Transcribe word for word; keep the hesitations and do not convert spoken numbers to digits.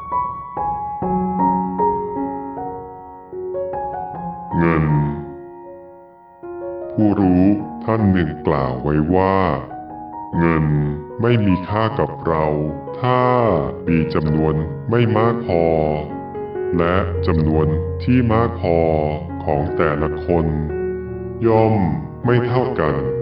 เงินผู้รู้ท่านหนึ่งกล่าวไว้ว่าเงินไม่มีค่ากับเราถ้ามีจำนวนไม่มากพอและจำนวนที่มากพอของแต่ละคนย่อมไม่เท่ากัน